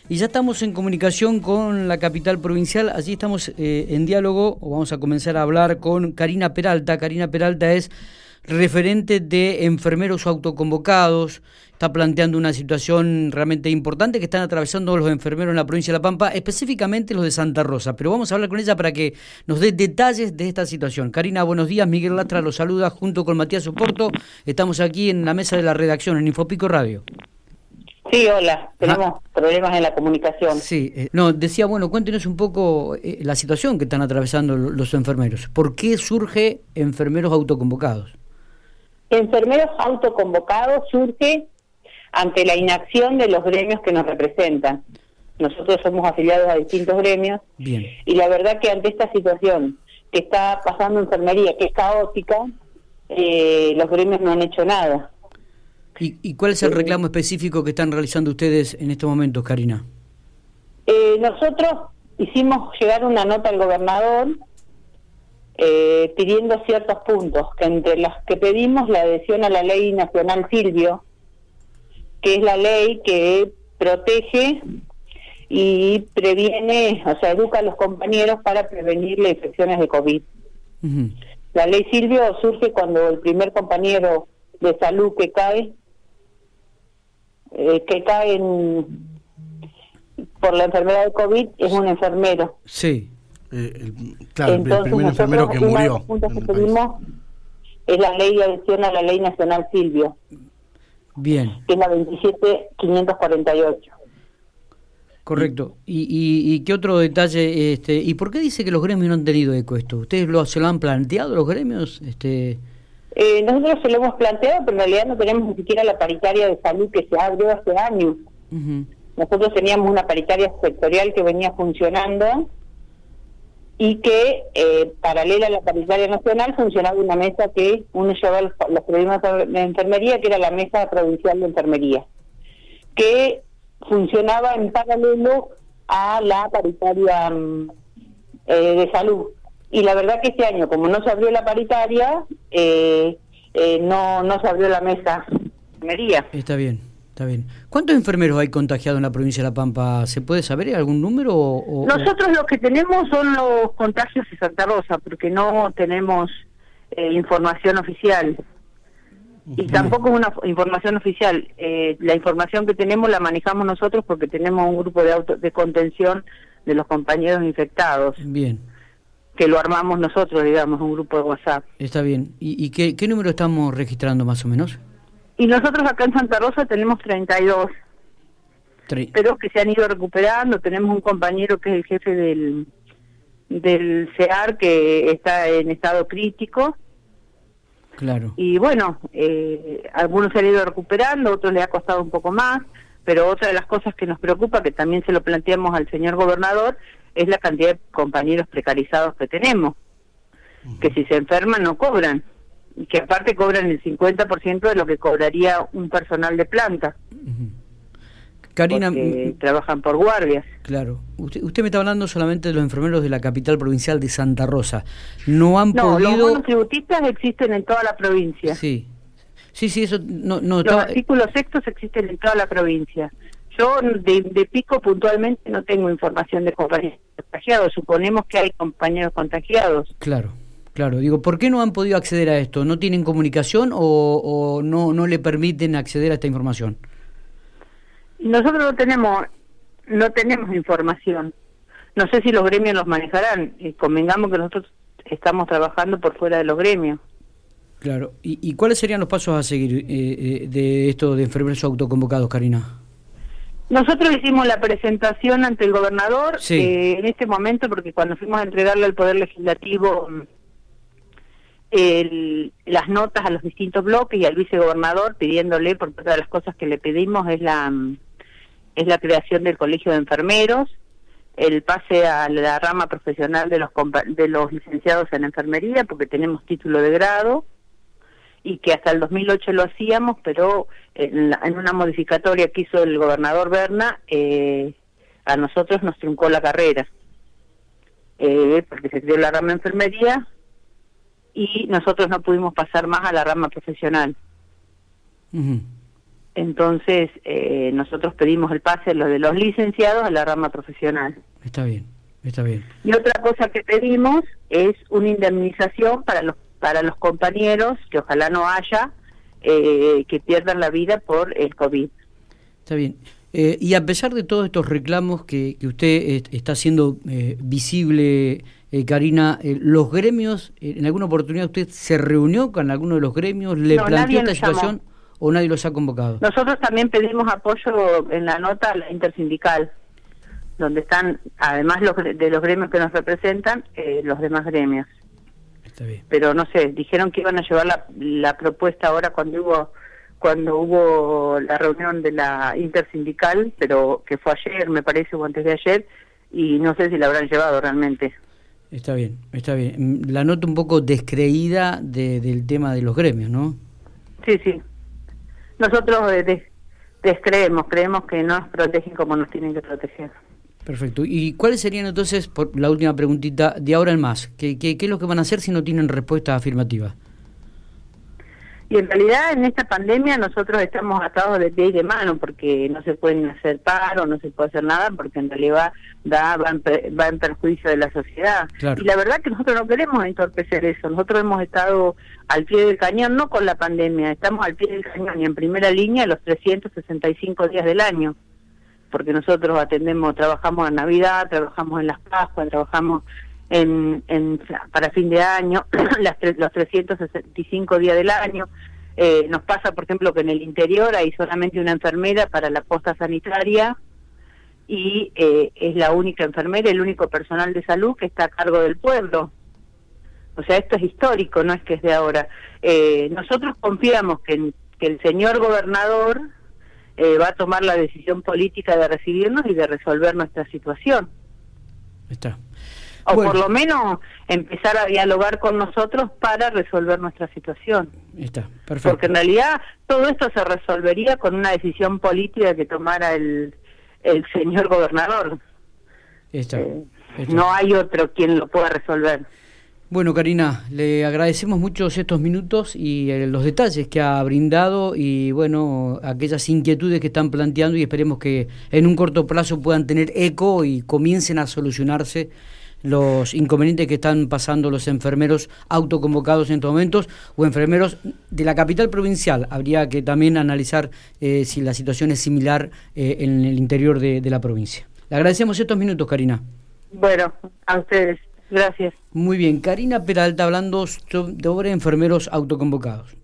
Y ya estamos en comunicación con la capital provincial. Allí estamos en diálogo, o vamos a comenzar a hablar con Karina Peralta. Karina Peralta es referente de enfermeros autoconvocados. Está planteando una situación realmente importante que están atravesando los enfermeros en la provincia de La Pampa, específicamente los de Santa Rosa. Pero vamos a hablar con ella para que nos dé detalles de esta situación. Karina, buenos días. Miguel Lastra los saluda junto con Matías Oporto. Estamos aquí en la mesa de la redacción en Infopico Radio. Sí, hola, tenemos problemas en la comunicación. Sí, decía, bueno, cuéntenos un poco la situación que están atravesando los enfermeros. ¿Por qué surge enfermeros autoconvocados? Enfermeros autoconvocados surge ante la inacción de los gremios que nos representan. Nosotros somos afiliados a distintos gremios. Bien. Y la verdad que ante esta situación que está pasando en enfermería, que es caótica, los gremios no han hecho nada. ¿Y cuál es el reclamo específico que están realizando ustedes en estos momentos, Karina? Nosotros hicimos llegar una nota al gobernador pidiendo ciertos puntos, que entre las que pedimos la adhesión a la Ley Nacional Silvio, que es la ley que protege y previene, o sea, educa a los compañeros para prevenir las infecciones de COVID. Uh-huh. La Ley Silvio surge cuando el primer compañero de salud que cae por la enfermedad de COVID es un enfermero. Sí. Claro, entonces, el primer enfermero que murió. Uno de los puntos que pedimos es la ley de adhesión a la Ley Nacional Silvio. Bien. Que es la 27548. Correcto. ¿Y qué otro detalle? ¿Y por qué dice que los gremios no han tenido eco esto? ¿Ustedes se lo han planteado los gremios? Nosotros se lo hemos planteado, pero en realidad no tenemos ni siquiera la paritaria de salud que se abrió hace años. Uh-huh. Nosotros teníamos una paritaria sectorial que venía funcionando y que, paralela a la paritaria nacional, funcionaba una mesa que uno llevaba los problemas de enfermería, que era la mesa provincial de enfermería, que funcionaba en paralelo a la paritaria de salud. Y la verdad que este año, como no se abrió la paritaria, no se abrió la mesa de enfermería. Está bien. ¿Cuántos enfermeros hay contagiados en la provincia de La Pampa? ¿Se puede saber? ¿Hay algún número? Nosotros lo que tenemos son los contagios de Santa Rosa, porque no tenemos información oficial. Y tampoco es una información oficial. La información que tenemos la manejamos nosotros porque tenemos un grupo de contención de los compañeros infectados. Bien. Que lo armamos nosotros, digamos, un grupo de WhatsApp. Está bien. ¿Y qué número estamos registrando más o menos? Y nosotros acá en Santa Rosa tenemos 32, pero que se han ido recuperando. Tenemos un compañero que es el jefe del CEAR que está en estado crítico. Claro. Y bueno, algunos se han ido recuperando, otros les ha costado un poco más, pero otra de las cosas que nos preocupa, que también se lo planteamos al señor gobernador, es la cantidad de compañeros precarizados que tenemos, que si se enferman no cobran, y que aparte cobran el 50% de lo que cobraría un personal de planta. Uh-huh. Karina, porque trabajan por guardias. Claro. Usted me está hablando solamente de los enfermeros de la capital provincial de Santa Rosa. No han podido... los monotributistas existen en toda la provincia. Sí, eso no los artículos sextos existen en toda la provincia. Yo de Pico puntualmente no tengo información de compañeros contagiados. Suponemos que hay compañeros contagiados. Claro. Digo, ¿por qué no han podido acceder a esto? ¿No tienen comunicación o no le permiten acceder a esta información? Nosotros no tenemos información. No sé si los gremios los manejarán. Convengamos que nosotros estamos trabajando por fuera de los gremios. Claro. ¿Y cuáles serían los pasos a seguir de esto de enfermeros autoconvocados, Karina? Nosotros hicimos la presentación ante el gobernador en este momento, porque cuando fuimos a entregarle al Poder Legislativo las notas a los distintos bloques y al vicegobernador pidiéndole, porque otra de las cosas que le pedimos es la creación del colegio de enfermeros, el pase a la rama profesional de los licenciados en enfermería, porque tenemos título de grado, y que hasta el 2008 lo hacíamos, pero en una modificatoria que hizo el gobernador Berna, a nosotros nos truncó la carrera, porque se creó la rama de enfermería y nosotros no pudimos pasar más a la rama profesional. Uh-huh. Entonces, nosotros pedimos el pase lo de los licenciados a la rama profesional. Está bien, está bien. Y otra cosa que pedimos es una indemnización para los compañeros, que ojalá no haya, que pierdan la vida por el COVID. Está bien. Y a pesar de todos estos reclamos que usted está haciendo visible, Karina, los gremios, en alguna oportunidad usted se reunió con alguno de los gremios, le planteó esta situación llamó. ¿O nadie los ha convocado? Nosotros también pedimos apoyo en la nota a la intersindical, donde están, además de los gremios que nos representan, los demás gremios. Está bien. Pero no sé, dijeron que iban a llevar la propuesta ahora cuando hubo la reunión de la intersindical, pero que fue ayer, me parece, o antes de ayer, y no sé si la habrán llevado realmente. Está bien, está bien. La noto un poco descreída del tema de los gremios, ¿no? Sí, sí. Nosotros creemos que no nos protegen como nos tienen que proteger. Perfecto. ¿Y cuáles serían entonces, por la última preguntita, de ahora en más? ¿Qué es lo que van a hacer si no tienen respuesta afirmativa? Y en realidad en esta pandemia nosotros estamos atados de pie y de mano, porque no se pueden hacer paro, no se puede hacer nada, porque en realidad va en perjuicio de la sociedad. Claro. Y la verdad que nosotros no queremos entorpecer eso. Nosotros hemos estado al pie del cañón, no con la pandemia, estamos al pie del cañón y en primera línea los 365 días del año, porque nosotros trabajamos en Navidad, trabajamos en las Pascuas, trabajamos para fin de año, los 365 días del año. Nos pasa, por ejemplo, que en el interior hay solamente una enfermera para la posta sanitaria y es la única enfermera, el único personal de salud que está a cargo del pueblo. O sea, esto es histórico, no es que es de ahora. Nosotros confiamos que el señor gobernador va a tomar la decisión política de recibirnos y de resolver nuestra situación. Está. O bueno, por lo menos empezar a dialogar con nosotros para resolver nuestra situación. Está, perfecto. Porque en realidad todo esto se resolvería con una decisión política que tomara el señor gobernador. Está. No hay otro quien lo pueda resolver. Bueno, Karina, le agradecemos mucho estos minutos y los detalles que ha brindado y, bueno, aquellas inquietudes que están planteando, y esperemos que en un corto plazo puedan tener eco y comiencen a solucionarse los inconvenientes que están pasando los enfermeros autoconvocados en estos momentos o enfermeros de la capital provincial. Habría que también analizar si la situación es similar en el interior de la provincia. Le agradecemos estos minutos, Karina. Bueno, a ustedes. Gracias. Muy bien, Karina Peralta hablando sobre enfermeros autoconvocados.